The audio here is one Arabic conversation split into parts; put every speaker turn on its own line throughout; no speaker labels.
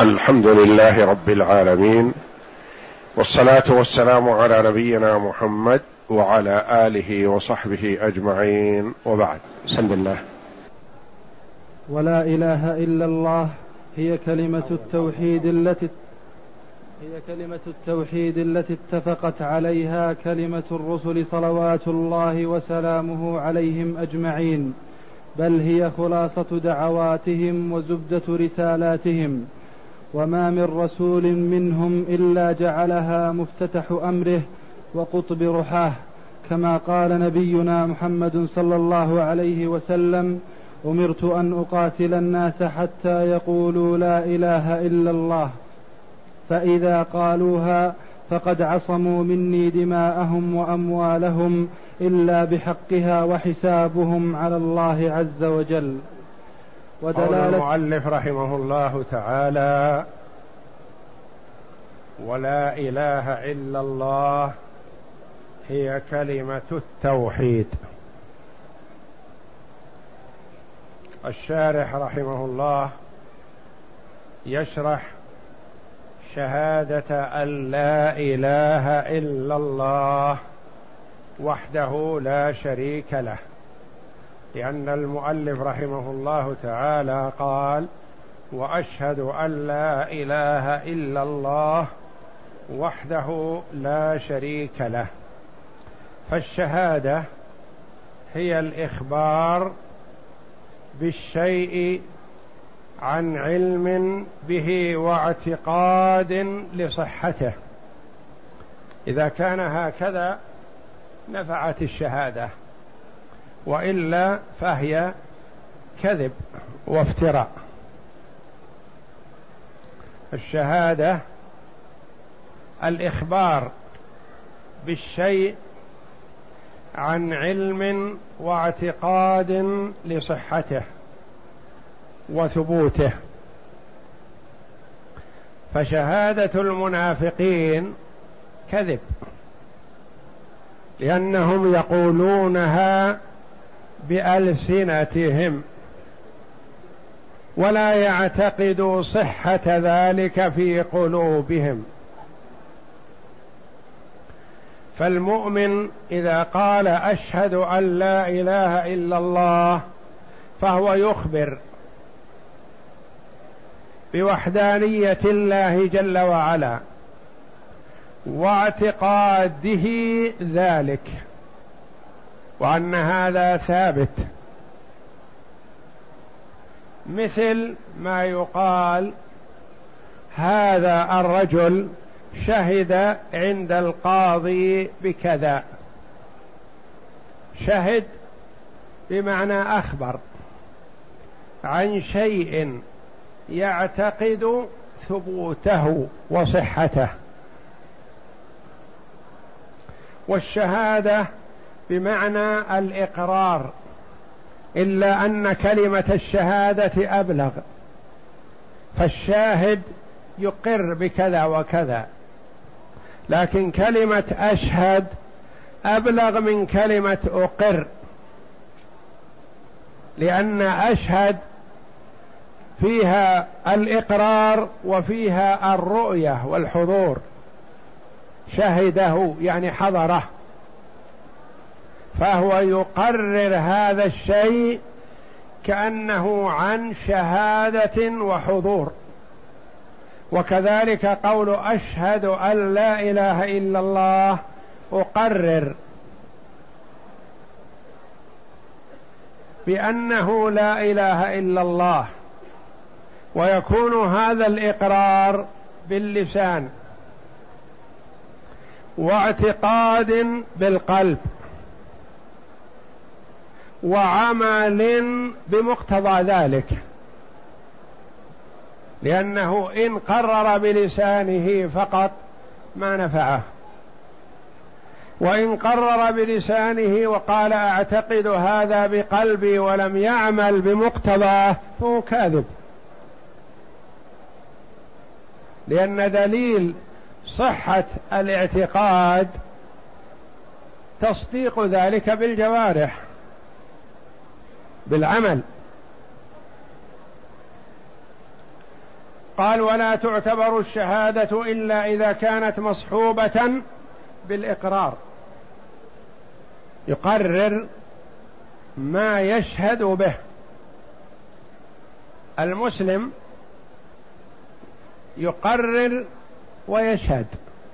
الحمد لله رب العالمين، والصلاة والسلام على نبينا محمد وعلى آله وصحبه أجمعين، وبعد. بسم الله.
ولا إله إلا الله هي كلمة التوحيد التي اتفقت عليها كلمة الرسل صلوات الله وسلامه عليهم أجمعين، بل هي خلاصة دعواتهم وزبدة رسالاتهم، وما من رسول منهم إلا جعلها مفتتح أمره وقطب رحاه، كما قال نبينا محمد صلى الله عليه وسلم: أمرت أن أقاتل الناس حتى يقولوا لا إله إلا الله، فإذا قالوها فقد عصموا مني دماءهم وأموالهم إلا بحقها وحسابهم على الله عز وجل.
قول المؤلف رحمه الله تعالى: ولا إله إلا الله هي كلمة التوحيد. الشارح رحمه الله يشرح شهادة أن لا إله إلا الله وحده لا شريك له، لأن المؤلف رحمه الله تعالى قال: وأشهد أن لا إله إلا الله وحده لا شريك له. فالشهادة هي الإخبار بالشيء عن علم به واعتقاد لصحته. إذا كان هكذا نفعت الشهادة، وإلا فهي كذب وافتراء. الشهادة الإخبار بالشيء عن علم واعتقاد لصحته وثبوته. فشهادة المنافقين كذب، لأنهم يقولونها بألسنتهم ولا يعتقدوا صحة ذلك في قلوبهم. فالمؤمن إذا قال أشهد أن لا إله إلا الله فهو يخبر بوحدانية الله جل وعلا واعتقاده ذلك، وأن هذا ثابت، مثل ما يقال: هذا الرجل شهد عند القاضي بكذا. شهد بمعنى أخبر عن شيء يعتقد ثبوته وصحته. والشهادة بمعنى الإقرار، إلا أن كلمة الشهادة أبلغ، فالشاهد يقر بكذا وكذا، لكن كلمة أشهد أبلغ من كلمة أقر، لأن أشهد فيها الإقرار وفيها الرؤية والحضور. شهده يعني حضره، فهو يقرر هذا الشيء كأنه عن شهادة وحضور. وكذلك قول أشهد أن لا إله إلا الله، أقرر بأنه لا إله إلا الله، ويكون هذا الإقرار باللسان واعتقاد بالقلب وعمل بمقتضى ذلك، لأنه إن قرر بلسانه فقط ما نفعه، وإن قرر بلسانه وقال أعتقد هذا بقلبي ولم يعمل بمقتضاه فهو كاذب، لأن دليل صحة الاعتقاد تصديق ذلك بالجوارح بالعمل.
قال ولا تعتبر الشهادة إلا إذا كانت مصحوبة بالإقرار، يقرر ما يشهد به. المسلم يقرر ويشهد،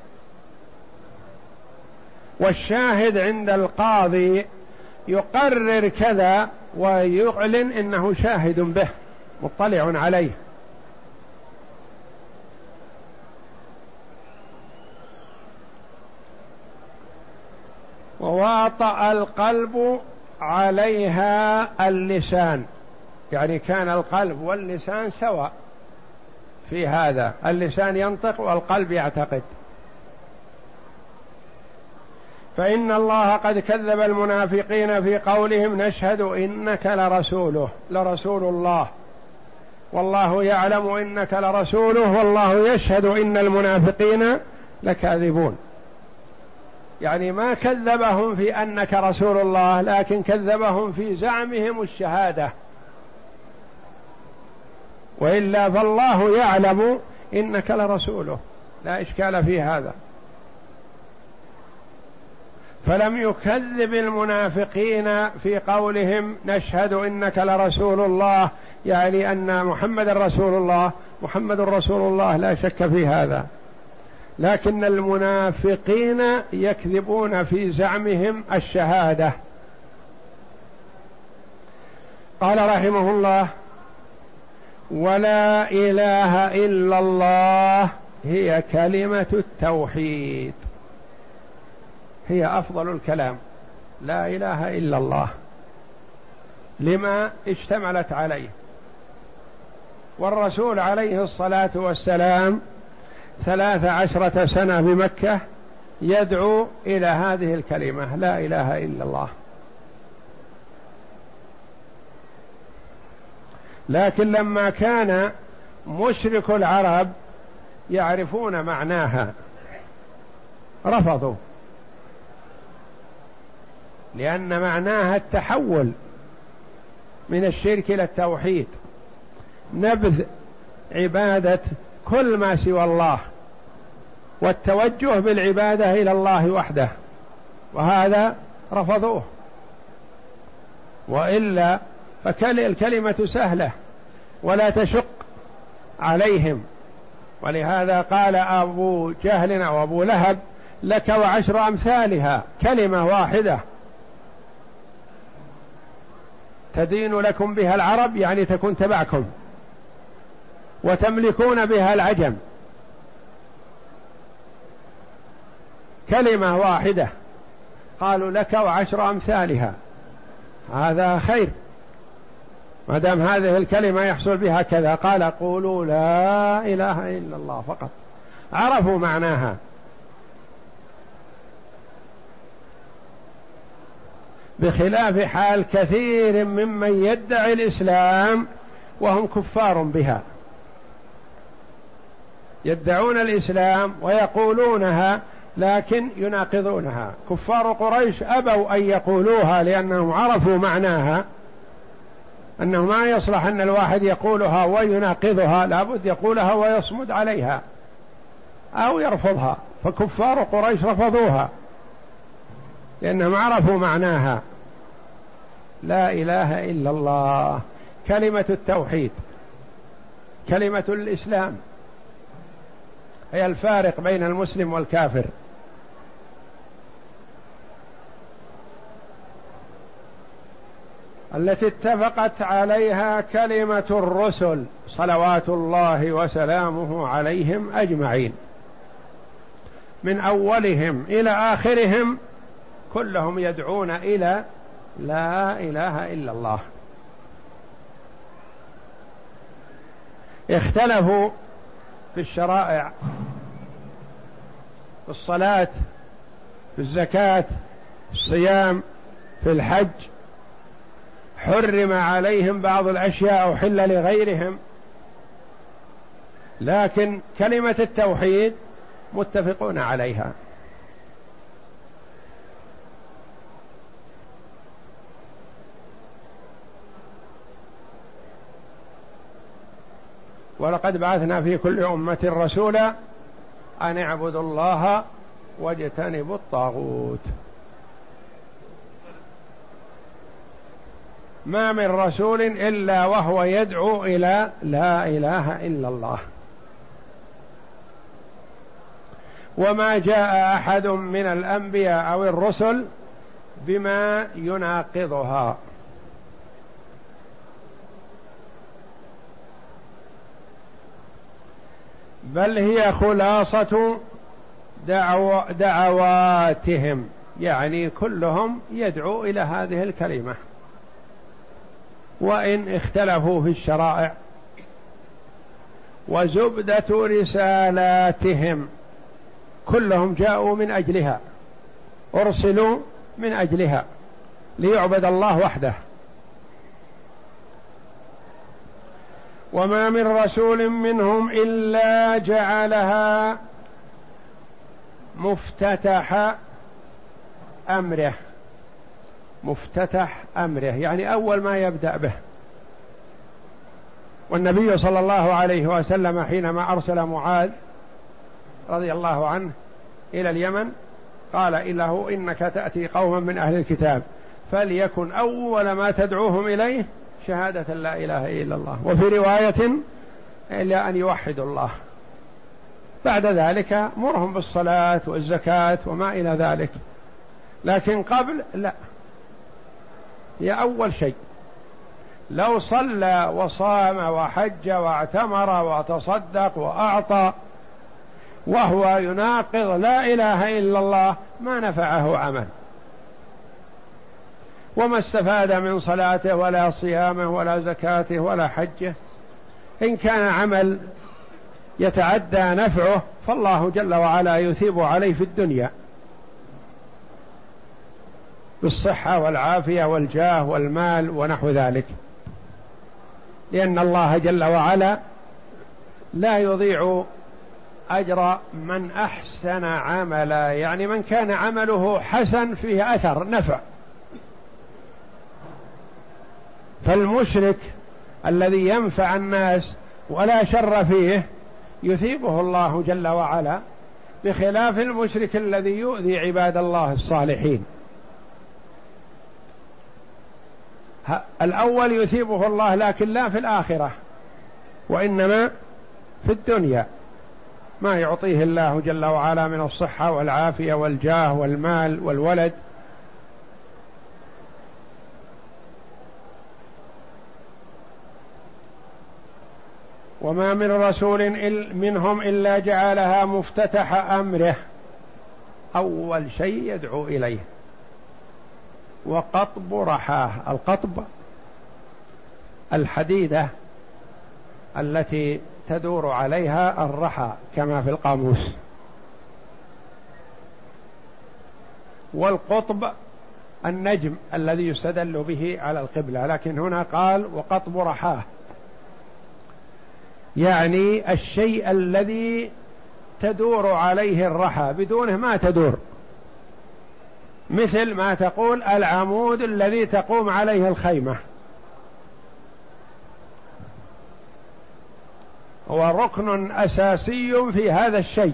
والشاهد عند القاضي يقرر كذا ويعلن إنه شاهد به مطلع عليه. وواطأ القلب عليها اللسان، يعني كان القلب واللسان سواء في هذا، اللسان ينطق والقلب يعتقد. فإن الله قد كذب المنافقين في قولهم نشهد إنك لرسول الله والله يعلم إنك لرسوله والله يشهد إن المنافقين لكاذبون. يعني ما كذبهم في أنك رسول الله، لكن كذبهم في زعمهم الشهادة، وإلا فالله يعلم إنك لرسوله، لا إشكال في هذا. فلم يكذب المنافقين في قولهم نشهد إنك لرسول الله، يعني أن محمد رسول الله، محمد رسول الله لا شك في هذا، لكن المنافقين يكذبون في زعمهم الشهادة. قال رحمه الله ولا إله إلا الله هي كلمة التوحيد، هي أفضل الكلام، لا إله إلا الله، لما اشتملت عليه. والرسول عليه الصلاة والسلام 13 سنة بمكة يدعو إلى هذه الكلمة لا إله إلا الله، لكن لما كان مشرك العرب يعرفون معناها رفضوا، لأن معناها التحول من الشرك إلى التوحيد، نبذ عبادة كل ما سوى الله والتوجه بالعبادة إلى الله وحده، وهذا رفضوه. وإلا فالكلمة سهلة ولا تشق عليهم، ولهذا قال أبو جهل أو أبو لهب لك وعشر أمثالها، كلمة واحدة تدين لكم بها العرب، يعني تكون تبعكم، وتملكون بها العجم، كلمة واحدة. قالوا لك وعشر أمثالها، هذا خير ما دام هذه الكلمة يحصل بها كذا. قال قولوا لا إله إلا الله فقط، عرفوا معناها. بخلاف حال كثير ممن يدعي الإسلام وهم كفار بها، يدعون الإسلام ويقولونها لكن يناقضونها. كفار قريش أبوا أن يقولوها لأنهم عرفوا معناها، أنه ما يصلح أن الواحد يقولها ويناقضها، لابد يقولها ويصمد عليها أو يرفضها. فكفار قريش رفضوها لأنهم عرفوا معناها لا إله إلا الله، كلمة التوحيد، كلمة الإسلام، هي الفارق بين المسلم والكافر. التي اتفقت عليها كلمة الرسل صلوات الله وسلامه عليهم أجمعين، من أولهم إلى آخرهم كلهم يدعون إلى لا إله إلا الله. اختلفوا في الشرائع، في الصلاة، في الزكاة، في الصيام، في الحج، حرم عليهم بعض الأشياء وحل لغيرهم، لكن كلمة التوحيد متفقون عليها. ولقد بعثنا في كل أمة رسولا أن اعبدوا الله واجتنبوا الطاغوت. ما من رسول إلا وهو يدعو إلى لا إله إلا الله، وما جاء أحد من الأنبياء أو الرسل بما يناقضها. بل هي خلاصة دعواتهم، يعني كلهم يدعو إلى هذه الكلمة، وإن اختلفوا في الشرائع، وزبدة رسالاتهم، كلهم جاءوا من أجلها، أرسلوا من أجلها ليعبد الله وحده. وما من رسول منهم إلا جعلها مفتتح أمره، مفتتح أمره يعني أول ما يبدأ به. والنبي صلى الله عليه وسلم حينما أرسل معاذ رضي الله عنه إلى اليمن قال له إنك تأتي قوما من أهل الكتاب فليكن أول ما تدعوهم إليه شهادة لا إله إلا الله، وفي رواية إلا أن يوحدوا الله، بعد ذلك مرهم بالصلاة والزكاة وما إلى ذلك، لكن قبل لا، هي أول شيء. لو صلى وصام وحج واعتمر وتصدق وأعطى وهو يناقض لا إله إلا الله ما نفعه عمل، وما استفاد من صلاته ولا صيامه ولا زكاته ولا حجه. إن كان عمل يتعدى نفعه فالله جل وعلا يثيب عليه في الدنيا بالصحة والعافية والجاه والمال ونحو ذلك، لأن الله جل وعلا لا يضيع أجر من أحسن عملا، يعني من كان عمله حسن فيه أثر نفع. فالمشرك الذي ينفع الناس ولا شر فيه يثيبه الله جل وعلا، بخلاف المشرك الذي يؤذي عباد الله الصالحين. الأول يثيبه الله لكن لا في الآخرة، وإنما في الدنيا ما يعطيه الله جل وعلا من الصحة والعافية والجاه والمال والولد. وما من رسول منهم إلا جعلها مفتتح أمره، أول شيء يدعو إليه. وقطب رحاه، القطب الحديدة التي تدور عليها الرحى كما في القاموس، والقطب النجم الذي يستدل به على القبلة، لكن هنا قال وقطب رحاه، يعني الشيء الذي تدور عليه الرحى، بدونه ما تدور، مثل ما تقول العمود الذي تقوم عليه الخيمة، هو ركن أساسي في هذا الشيء،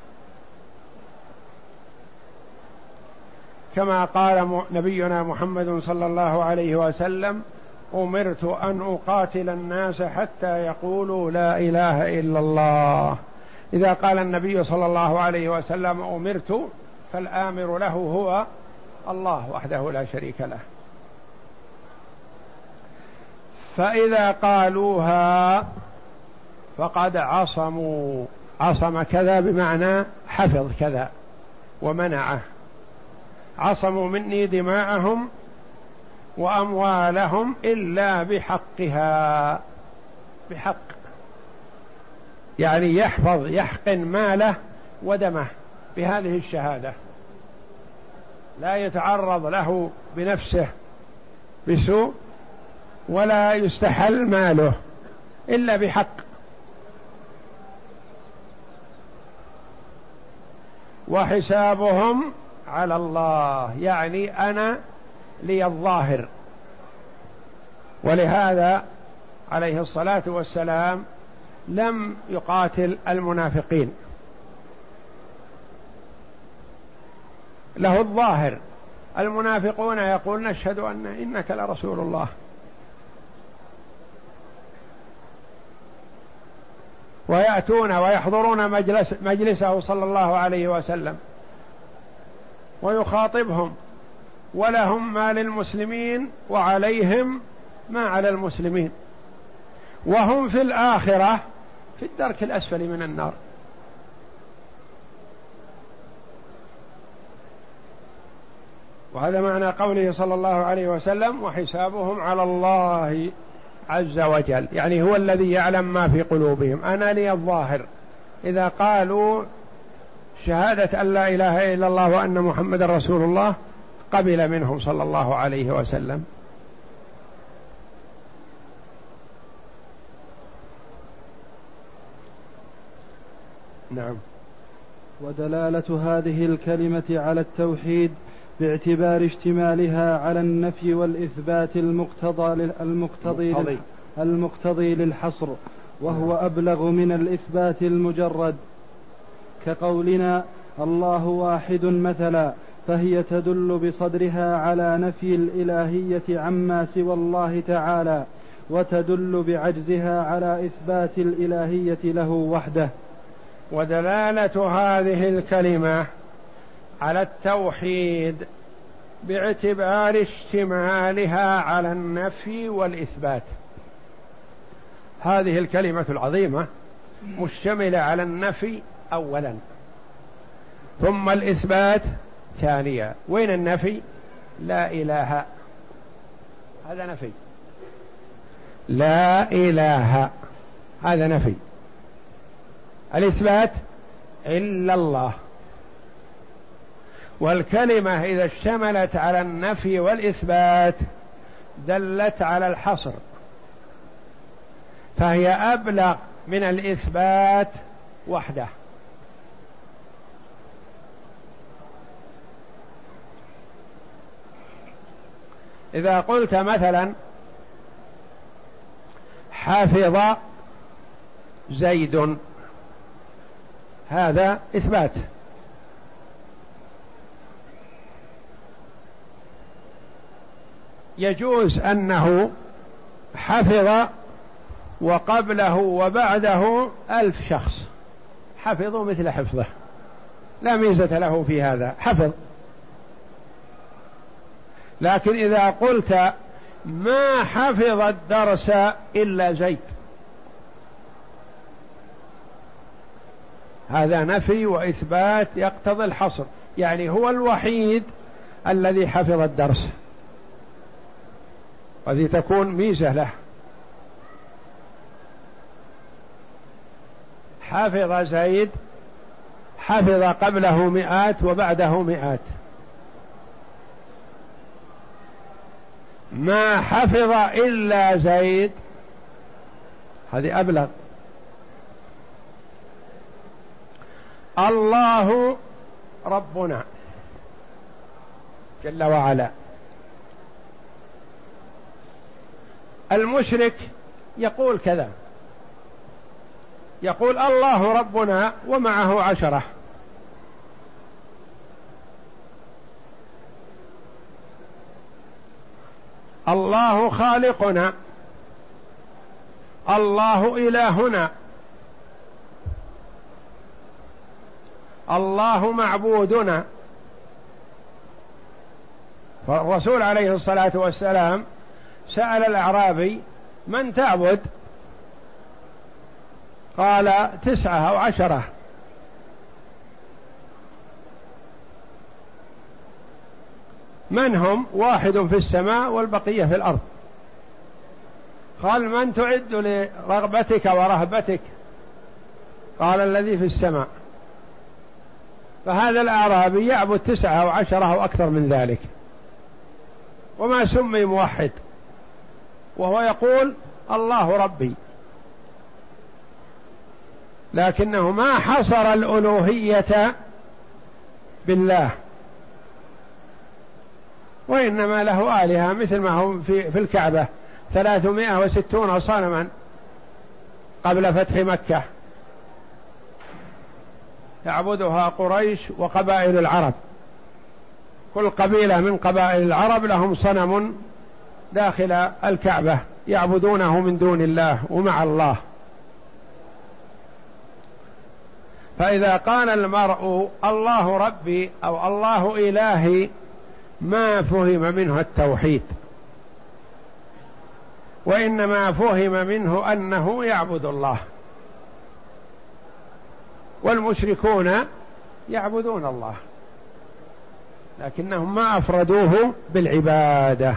كما قال نبينا محمد صلى الله عليه وسلم أمرت أن أقاتل الناس حتى يقولوا لا إله إلا الله. إذا قال النبي صلى الله عليه وسلم أمرت فالآمر له هو الله وحده لا شريك له، فإذا قالوها فقد عصموا، عصم كذا بمعنى حفظ كذا ومنعه، عصموا مني دماءهم وأموالهم إلا بحقها، بحق يعني يحفظ يحقن ماله ودمه بهذه الشهادة، لا يتعرض له بنفسه بسوء ولا يستحل ماله إلا بحق. وحسابهم على الله، يعني أنا لي الظاهر. ولهذا عليه الصلاة والسلام لم يقاتل المنافقين، له الظاهر. المنافقون يقول نشهد إنك لرسول الله، ويأتون ويحضرون مجلسه صلى الله عليه وسلم ويخاطبهم، ولهم ما للمسلمين وعليهم ما على المسلمين، وهم في الآخرة في الدرك الأسفل من النار. وهذا معنى قوله صلى الله عليه وسلم وحسابهم على الله عز وجل، يعني هو الذي يعلم ما في قلوبهم. أنا لي الظاهر، إذا قالوا شهادة أن لا إله إلا الله وأن محمد رسول الله قبل منهم صلى الله عليه وسلم. نعم.
ودلالة هذه الكلمة على التوحيد باعتبار اشتمالها على النفي والإثبات المقتضي للحصر، وهو أبلغ من الإثبات المجرد، كقولنا الله واحد مثلا، فهي تدل بصدرها على نفي الإلهية عما سوى الله تعالى، وتدل بعجزها على إثبات الإلهية له وحده.
ودلالة هذه الكلمة على التوحيد باعتبار اشتمالها على النفي والإثبات. هذه الكلمة العظيمة مشتملة على النفي أولا، ثم الإثبات ثانيا. وين النفي؟ لا إله، هذا نفي. لا إله هذا نفي. الإثبات إلا الله. والكلمة إذا اشتملت على النفي والإثبات دلت على الحصر، فهي أبلغ من الإثبات وحده. إذا قلت مثلا حفظ زيد، هذا إثبات. يجوز أنه حفظ وقبله وبعده 1000 شخص حفظوا مثل حفظه، لا ميزة له في هذا، حفظ. لكن إذا قلت ما حفظ الدرس إلا زيد، هذا نفي وإثبات يقتضي الحصر، يعني هو الوحيد الذي حفظ الدرس، وهذه تكون ميزة له. حفظ زيد، حفظ قبله 100 وبعده 100. ما حفظ إلا زيد، هذه أبلغ. الله ربنا جل وعلا. المشرك يقول كذا، يقول الله ربنا ومعه 10. الله خالقنا، الله إلهنا، الله معبودنا. فالرسول عليه الصلاة والسلام سأل الأعرابي من تعبد؟ قال 9 أو 10. من هم؟ 1 في السماء والبقية في الأرض. قال من تعد لرغبتك ورهبتك؟ قال الذي في السماء. فهذا الأعرابي يعبد 9 أو 10 أو أكثر من ذلك، وما سمي موحد، وهو يقول الله ربي، لكنه ما حصر الألوهية بالله، وإنما له آلهة مثل ما هم في الكعبة 360 صنما قبل فتح مكة، تعبدها قريش وقبائل العرب، كل قبيلة من قبائل العرب لهم صنم داخل الكعبة يعبدونه من دون الله ومع الله. فإذا قال المرء الله ربي أو الله إلهي ما فهم منه التوحيد، وإنما فهم منه أنه يعبد الله، والمشركون يعبدون الله لكنهم ما أفردوه بالعبادة.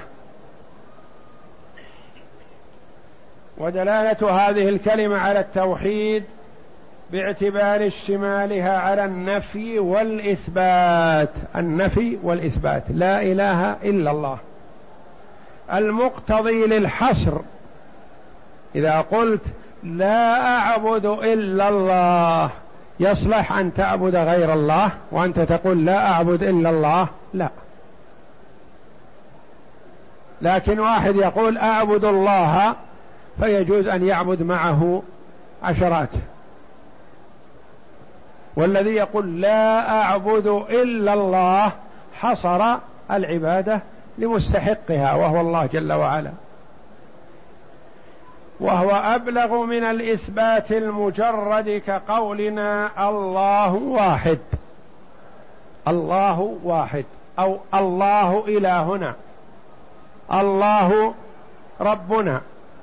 ودلالة هذه الكلمة على التوحيد باعتبار اشتمالها على النفي والإثبات، النفي والإثبات، لا إله إلا الله، المقتضي للحصر. إذا قلت لا أعبد إلا الله يصلح أن تعبد غير الله وأنت تقول لا أعبد إلا الله؟ لا. لكن واحد يقول أعبد الله فيجوز أن يعبد معه عشرات، والذي يقول لا أعبد إلا الله حصر العبادة لمستحقها وهو الله جل وعلا، وهو أبلغ من الإثبات المجرد كقولنا الله واحد، الله واحد، أو الله إلهنا، الله ربنا،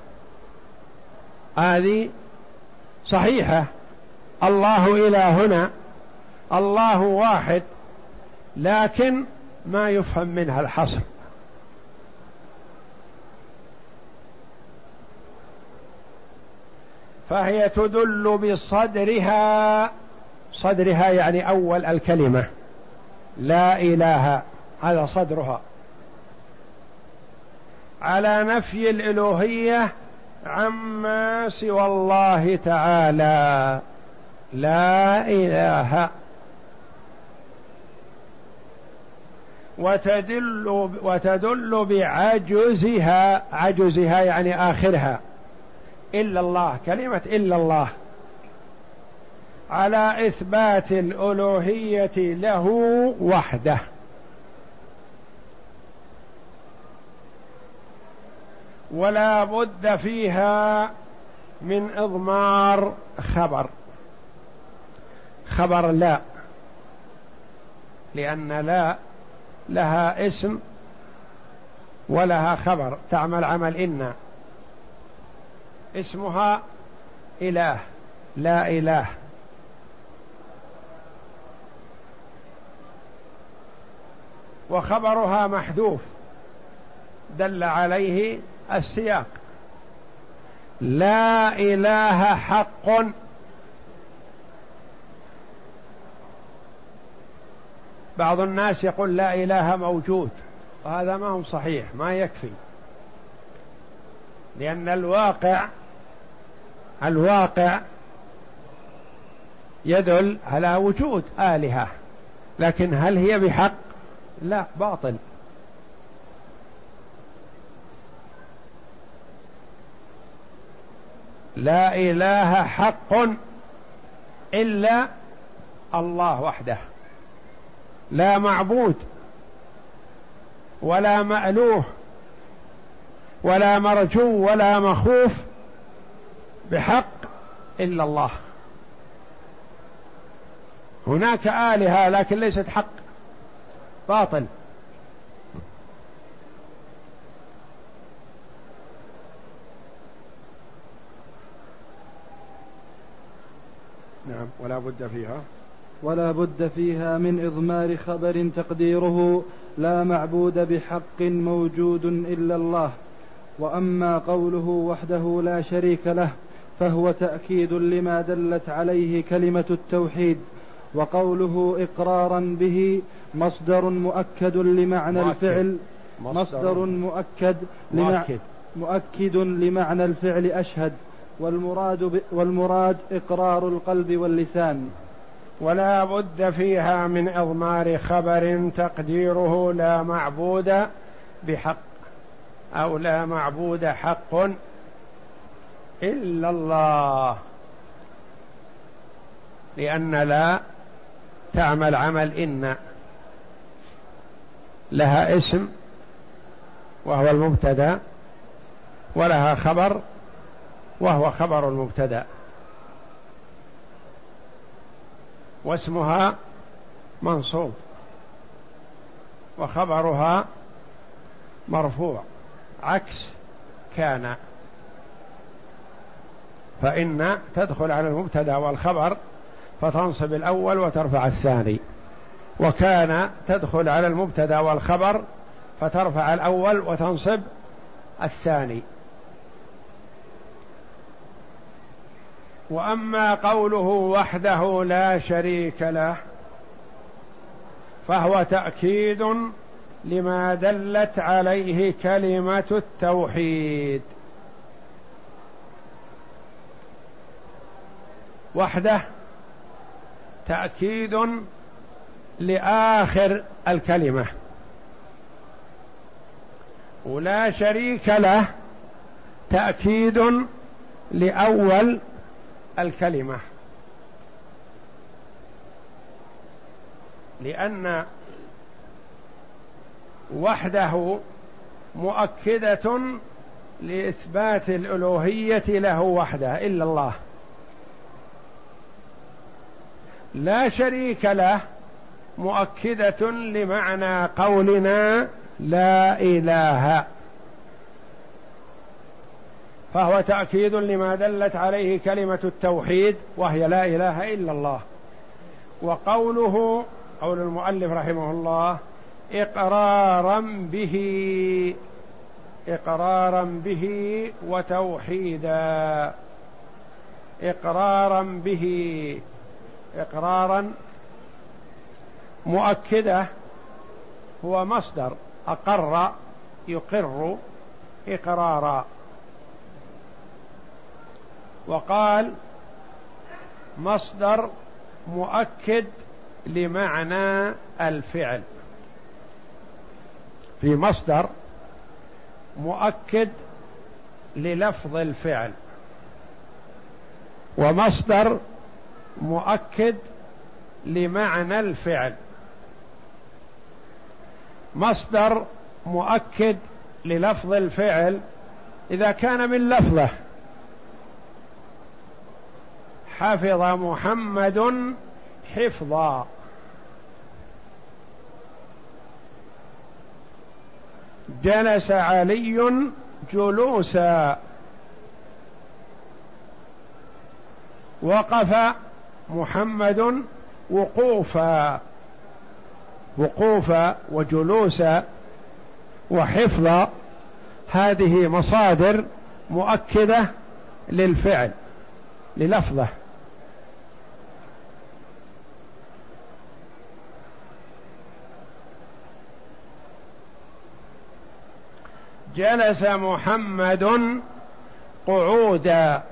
هذه صحيحة، الله إلهنا، الله واحد، لكن ما يفهم منها الحصر. فهي تدل بصدرها، صدرها يعني أول الكلمة، لا إله، هذا صدرها، على نفي الإلوهية عما سوى الله تعالى، لا إله، وتدل بعجزها، عجزها يعني آخرها، إلا الله، كلمة إلا الله، على إثبات الألوهية له وحده. ولا بد فيها من إضمار خبر، خبر لا، لأن لا لها اسم ولها خبر، تعمل عمل إن، اسمها إله، لا إله، وخبرها محذوف دل عليه السياق، لا إله حق. بعض الناس يقول لا إله موجود، وهذا ما هو صحيح، ما يكفي، لأن الواقع يدل على وجود آلهة، لكن هل هي بحق؟ لا، باطل. لا إله حق إلا الله وحده، لا معبود ولا مألوه ولا مرجو ولا مخوف بحق إلا الله. هناك آلهة لكن ليست حق، باطل.
نعم.
ولا بد فيها من إضمار خبر تقديره لا معبود بحق موجود إلا الله. وأما قوله وحده لا شريك له فهو تأكيد لما دلت عليه كلمة التوحيد، وقوله إقرارا به مصدر مؤكد لمعنى الفعل، مصدر مؤكد لمعنى الفعل أشهد، والمراد إقرار القلب واللسان.
ولا بد فيها من إضمار خبر تقديره لا معبود بحق، أو لا معبود حق إلا الله، لأن لا تعمل عمل إن، لها اسم وهو المبتدأ، ولها خبر وهو خبر المبتدأ، واسمها منصوب وخبرها مرفوع، عكس كان. فإن تدخل على المبتدأ والخبر فتنصب الأول وترفع الثاني، وكان تدخل على المبتدأ والخبر فترفع الأول وتنصب الثاني. وأما قوله وحده لا شريك له فهو تأكيد لما دلت عليه كلمة التوحيد. وحده تأكيد لآخر الكلمة، ولا شريك له تأكيد لأول الكلمة، لأن وحده مؤكدة لإثبات الألوهية له وحده إلا الله. لا شريك له مؤكدة لمعنى قولنا لا إله، فهو تأكيد لما دلت عليه كلمة التوحيد وهي لا إله إلا الله. وقوله قول المؤلف رحمه الله إقرارا به وتوحيدا. إقرارا مؤكدة هو مصدر أقر يقر إقرارا، وقال مصدر مؤكد لمعنى الفعل، في مصدر مؤكد للفظ الفعل، ومصدر مؤكد لمعنى الفعل. مصدر مؤكد للفظ الفعل إذا كان من لفظه حفظ محمد حفظا، جلس علي جلوسا، وقف محمد وقوفا. وقوفا وجلوسا وحفظا هذه مصادر مؤكدة للفعل للفظه. جلس محمد قعودا،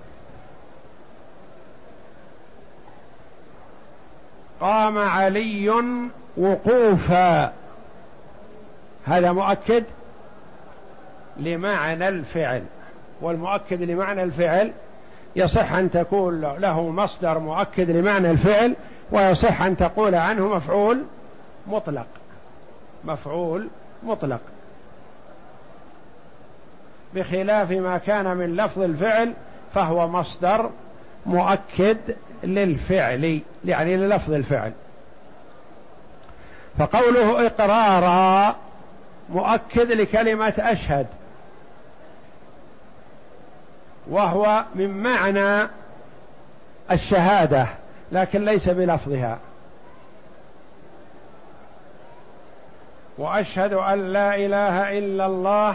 قام علي وقوفا، هذا مؤكد لمعنى الفعل. والمؤكد لمعنى الفعل يصح أن تقول له مصدر مؤكد لمعنى الفعل، ويصح أن تقول عنه مفعول مطلق. مفعول مطلق، بخلاف ما كان من لفظ الفعل فهو مصدر مؤكد للفعل، يعني للفظ الفعل. فقوله إقرارا مؤكد لكلمة أشهد، وهو من معنى الشهادة لكن ليس بلفظها. وأشهد أن لا إله إلا الله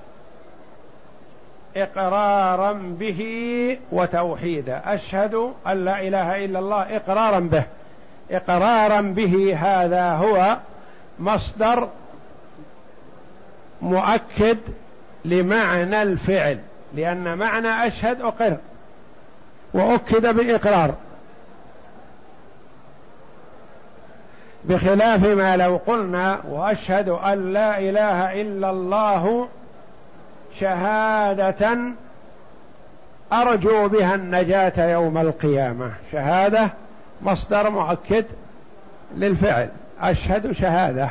إقرارا به وتوحيدا. أشهد أن لا إله إلا الله إقرارا به. إقرارا به هذا هو مصدر مؤكد لمعنى الفعل، لأن معنى أشهد أقر وأكد بإقرار، بخلاف ما لو قلنا وأشهد أن لا إله إلا الله شهادة أرجو بها النجاة يوم القيامة. شهادة مصدر مؤكد للفعل، أشهد شهادة،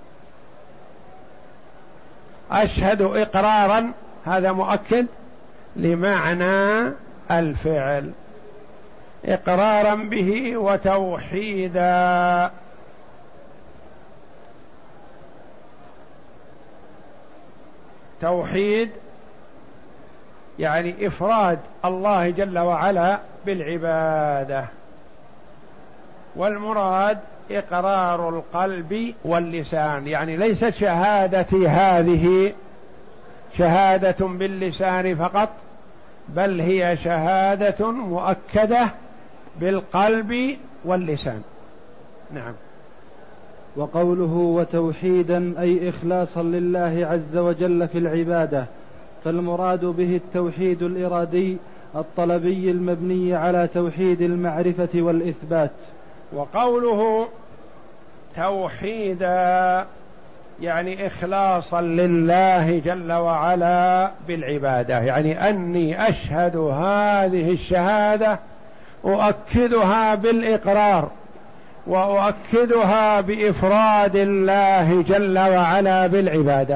أشهد إقرارا، هذا مؤكد لمعنى الفعل، إقرارا به وتوحيدا. توحيد يعني إفراد الله جل وعلا بالعبادة، والمراد إقرار القلب واللسان، يعني ليست شهادتي هذه شهادة باللسان فقط، بل هي شهادة مؤكدة بالقلب واللسان. نعم.
وقوله وتوحيدا أي إخلاصا لله عز وجل في العبادة، فالمراد به التوحيد الإرادي الطلبي المبني على توحيد المعرفة والإثبات.
وقوله توحيدا يعني إخلاصا لله جل وعلا بالعبادة، يعني أني أشهد هذه الشهادة أؤكدها بالإقرار وأؤكدها بإفراد الله جل وعلا بالعبادة،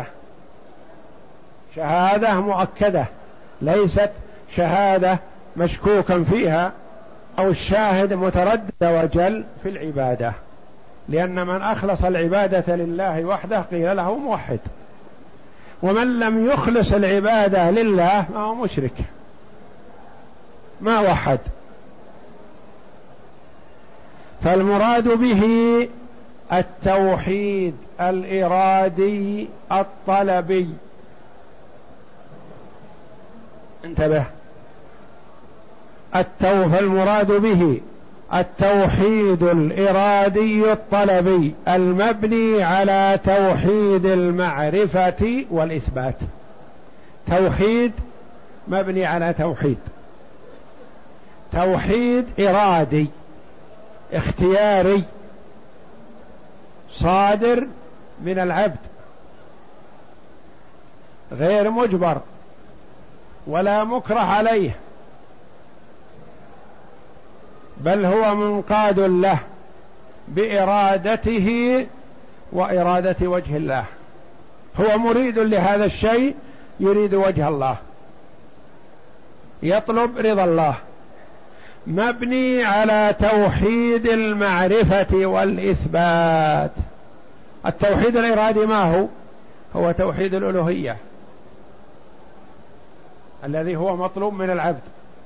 شهادة مؤكدة ليست شهادة مشكوكا فيها أو الشاهد متردد وجل في العبادة، لأن من أخلص العبادة لله وحده قيل له موحد، ومن لم يخلص العبادة لله فهو مشرك ما وحد. فالمراد به التوحيد الإرادي الطلبي، انتبه، فالمراد به التوحيد الإرادي الطلبي المبني على توحيد المعرفة والإثبات. توحيد مبني على توحيد، توحيد إرادي اختياري صادر من العبد غير مجبر ولا مكره عليه، بل هو منقاد له بإرادته وإرادة وجه الله، هو مريد لهذا الشيء، يريد وجه الله، يطلب رضا الله، مبني على توحيد المعرفة والإثبات. التوحيد الإرادي ما هو توحيد الألوهية الذي هو مطلوب من العبد،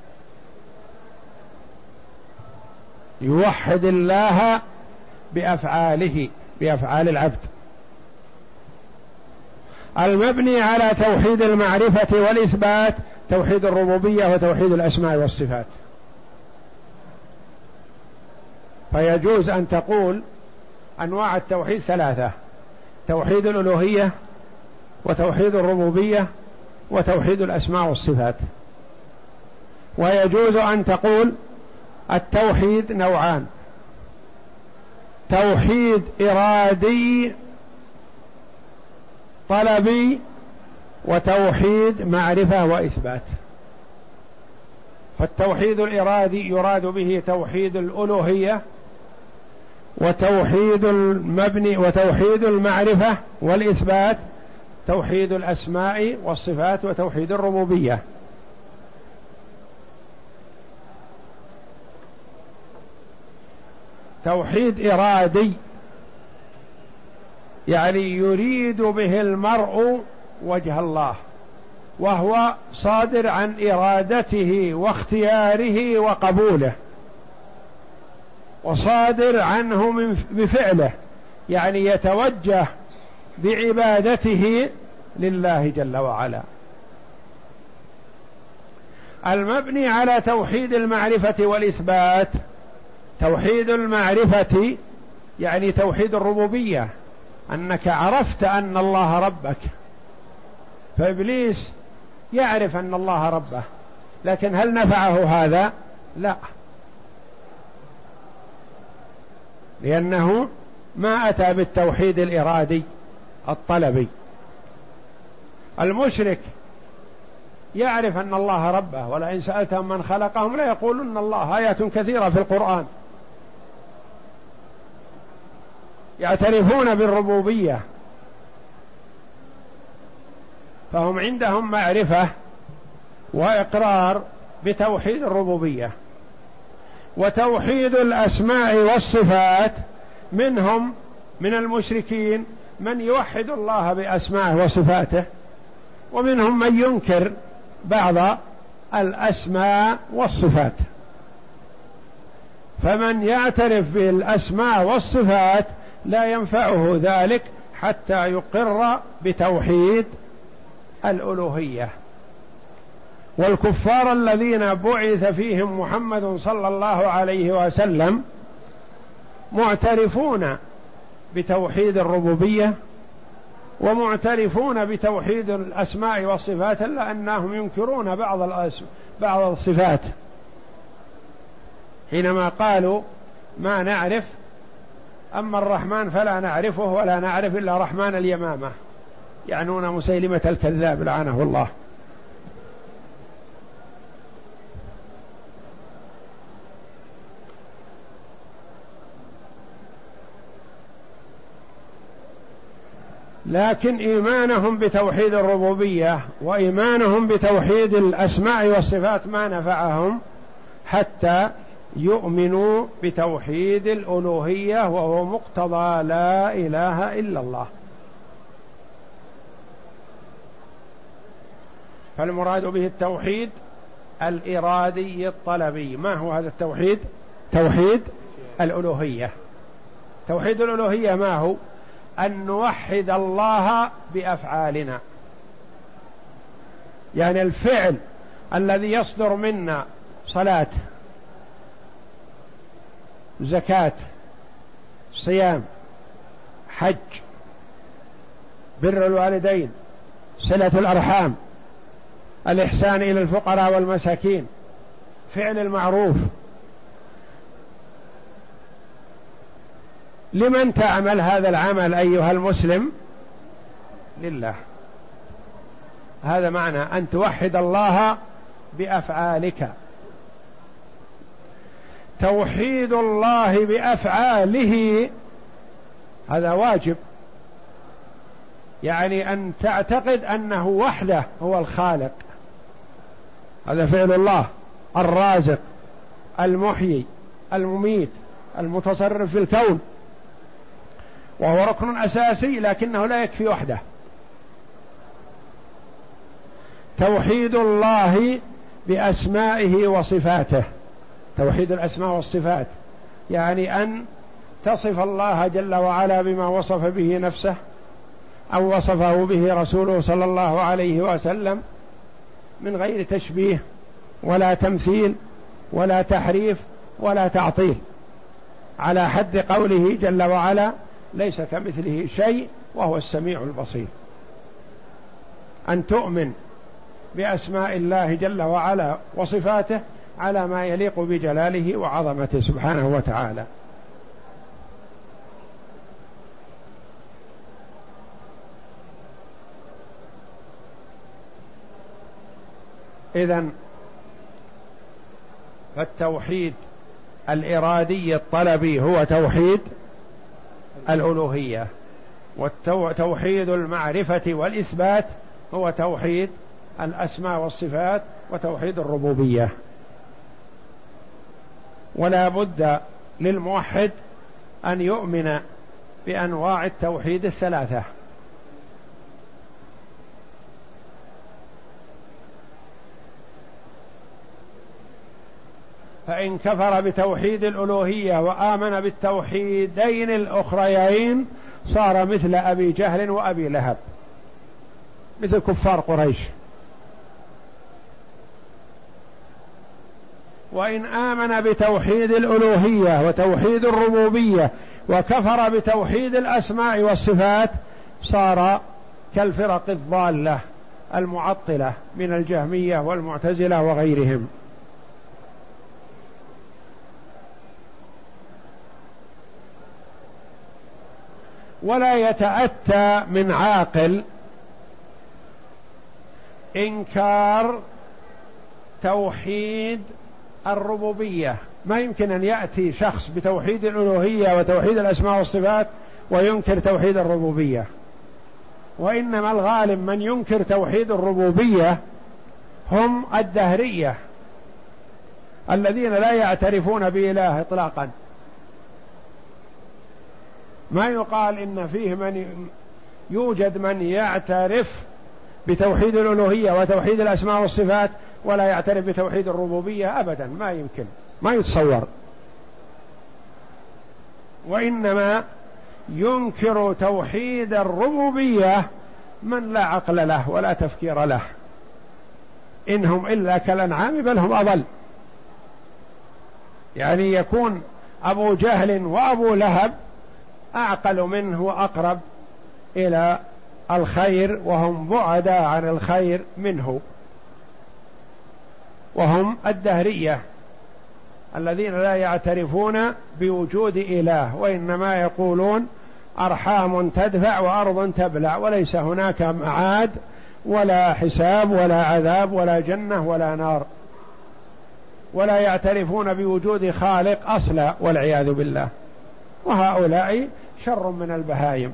يوحد الله بأفعاله، بأفعال العبد. المبني على توحيد المعرفة والإثبات توحيد الربوبية وتوحيد الأسماء والصفات. فيجوز أن تقول أنواع التوحيد ثلاثة: توحيد الألوهية وتوحيد الربوبية وتوحيد الأسماء والصفات. ويجوز أن تقول التوحيد نوعان: توحيد إرادي طلبي وتوحيد معرفة وإثبات. فالتوحيد الإرادي يراد به توحيد الألوهية وتوحيد المبني وتوحيد المعرفة والإثبات، توحيد الأسماء والصفات وتوحيد الربوبية. توحيد إرادي يعني يريد به المرء وجه الله، وهو صادر عن إرادته واختياره وقبوله، وصادر عنه بفعله، يعني يتوجه بعبادته لله جل وعلا. المبني على توحيد المعرفة والإثبات، توحيد المعرفة يعني توحيد الربوبية، أنك عرفت أن الله ربك، فإبليس يعرف أن الله ربه، لكن هل نفعه هذا؟ لا، لأنه ما أتى بالتوحيد الإرادي الطلبي. المشرك يعرف أن الله ربه، ولئن سألتهم من خلقهم ليقولن الله. آيات كثيرة في القرآن يعترفون بالربوبية، فهم عندهم معرفة وإقرار بتوحيد الربوبية. وتوحيد الأسماء والصفات منهم من المشركين من يوحد الله بأسمائه وصفاته، ومنهم من ينكر بعض الأسماء والصفات. فمن يعترف بالأسماء والصفات لا ينفعه ذلك حتى يقر بتوحيد الألوهية. والكفار الذين بعث فيهم محمد صلى الله عليه وسلم معترفون بتوحيد الربوبية ومعترفون بتوحيد الأسماء والصفات، إلا أنهم ينكرون بعض الصفات حينما قالوا ما نعرف، أما الرحمن فلا نعرفه ولا نعرف إلا رحمن اليمامة، يعنون مسيلمة الكذاب لعنه الله. لكن إيمانهم بتوحيد الربوبية وإيمانهم بتوحيد الأسماء والصفات ما نفعهم حتى يؤمنوا بتوحيد الألوهية، وهو مقتضى لا إله إلا الله. فالمراد به التوحيد الإرادي الطلبي. ما هو هذا التوحيد؟ توحيد الألوهية. توحيد الألوهية ما هو؟ أن نوحد الله بأفعالنا، يعني الفعل الذي يصدر منا صلاة، زكاة، صيام، حج، بر الوالدين، صلة الأرحام، الإحسان إلى الفقراء والمساكين، فعل المعروف، لمن تعمل هذا العمل أيها المسلم؟ لله. هذا معنى أن توحد الله بأفعالك. توحيد الله بأفعاله هذا واجب، يعني أن تعتقد أنه وحده هو الخالق، هذا فعل الله، الرازق، المحيي، المميت، المتصرف في الكون، وهو ركن أساسي لكنه لا يكفي وحده. توحيد الله بأسمائه وصفاته، توحيد الأسماء والصفات يعني أن تصف الله جل وعلا بما وصف به نفسه أو وصفه به رسوله صلى الله عليه وسلم من غير تشبيه ولا تمثيل ولا تحريف ولا تعطيل، على حد قوله جل وعلا ليس كمثله شيء وهو السميع البصير. أن تؤمن بأسماء الله جل وعلا وصفاته على ما يليق بجلاله وعظمته سبحانه وتعالى. إذن فالتوحيد الإرادي الطلبي هو توحيد الألوهية، وتوحيد المعرفة والإثبات هو توحيد الأسماء والصفات وتوحيد الربوبية. ولا بد للموحد أن يؤمن بأنواع التوحيد الثلاثة. فإن كفر بتوحيد الألوهية وآمن بالتوحيدين الأخريين صار مثل أبي جهل وأبي لهب، مثل كفار قريش. وإن آمن بتوحيد الألوهية وتوحيد الربوبية وكفر بتوحيد الأسماء والصفات صار كالفرق الضالة المعطلة من الجهمية والمعتزلة وغيرهم. ولا يتأتى من عاقل إنكار توحيد الربوبية. ما يمكن أن يأتي شخص بتوحيد الألوهية وتوحيد الأسماء والصفات وينكر توحيد الربوبية، وإنما الغالب من ينكر توحيد الربوبية هم الدهرية الذين لا يعترفون بإله إطلاقا. ما يقال إن فيه يوجد من يعترف بتوحيد الألوهية وتوحيد الأسماء والصفات ولا يعترف بتوحيد الربوبية أبدا، ما يمكن، ما يتصور. وإنما ينكر توحيد الربوبية من لا عقل له ولا تفكير له، إنهم إلا كالأنعام بل هم أضل. يعني يكون أبو جهل وأبو لهب أعقل منه وأقرب إلى الخير وهم بعدا عن الخير منه، وهم الدهرية الذين لا يعترفون بوجود إله، وإنما يقولون أرحام تدفع وأرض تبلع، وليس هناك معاد ولا حساب ولا عذاب ولا جنة ولا نار، ولا يعترفون بوجود خالق أصلا والعياذ بالله. وهؤلاء شر من البهائم.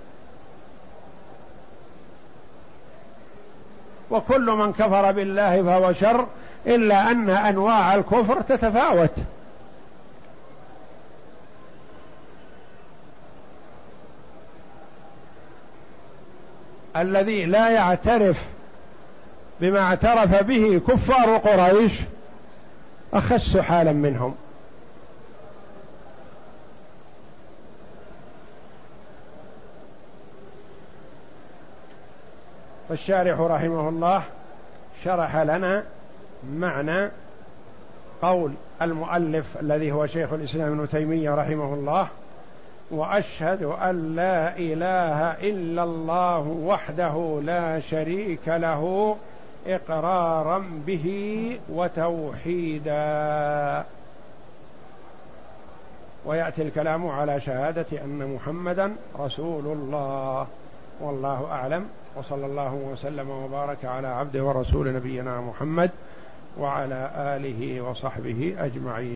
وكل من كفر بالله فهو شر، إلا أن أنواع الكفر تتفاوت. الذي لا يعترف بما اعترف به كفار قريش أخس حالا منهم. فالشارح رحمه الله شرح لنا معنى قول المؤلف الذي هو شيخ الإسلام ابن تيمية رحمه الله: وأشهد أن لا إله إلا الله وحده لا شريك له إقرارا به وتوحيدا. ويأتي الكلام على شهادة أن محمدا رسول الله. والله أعلم، وصلى الله وسلم وبارك على عبده ورسول نبينا محمد وعلى آله وصحبه أجمعين.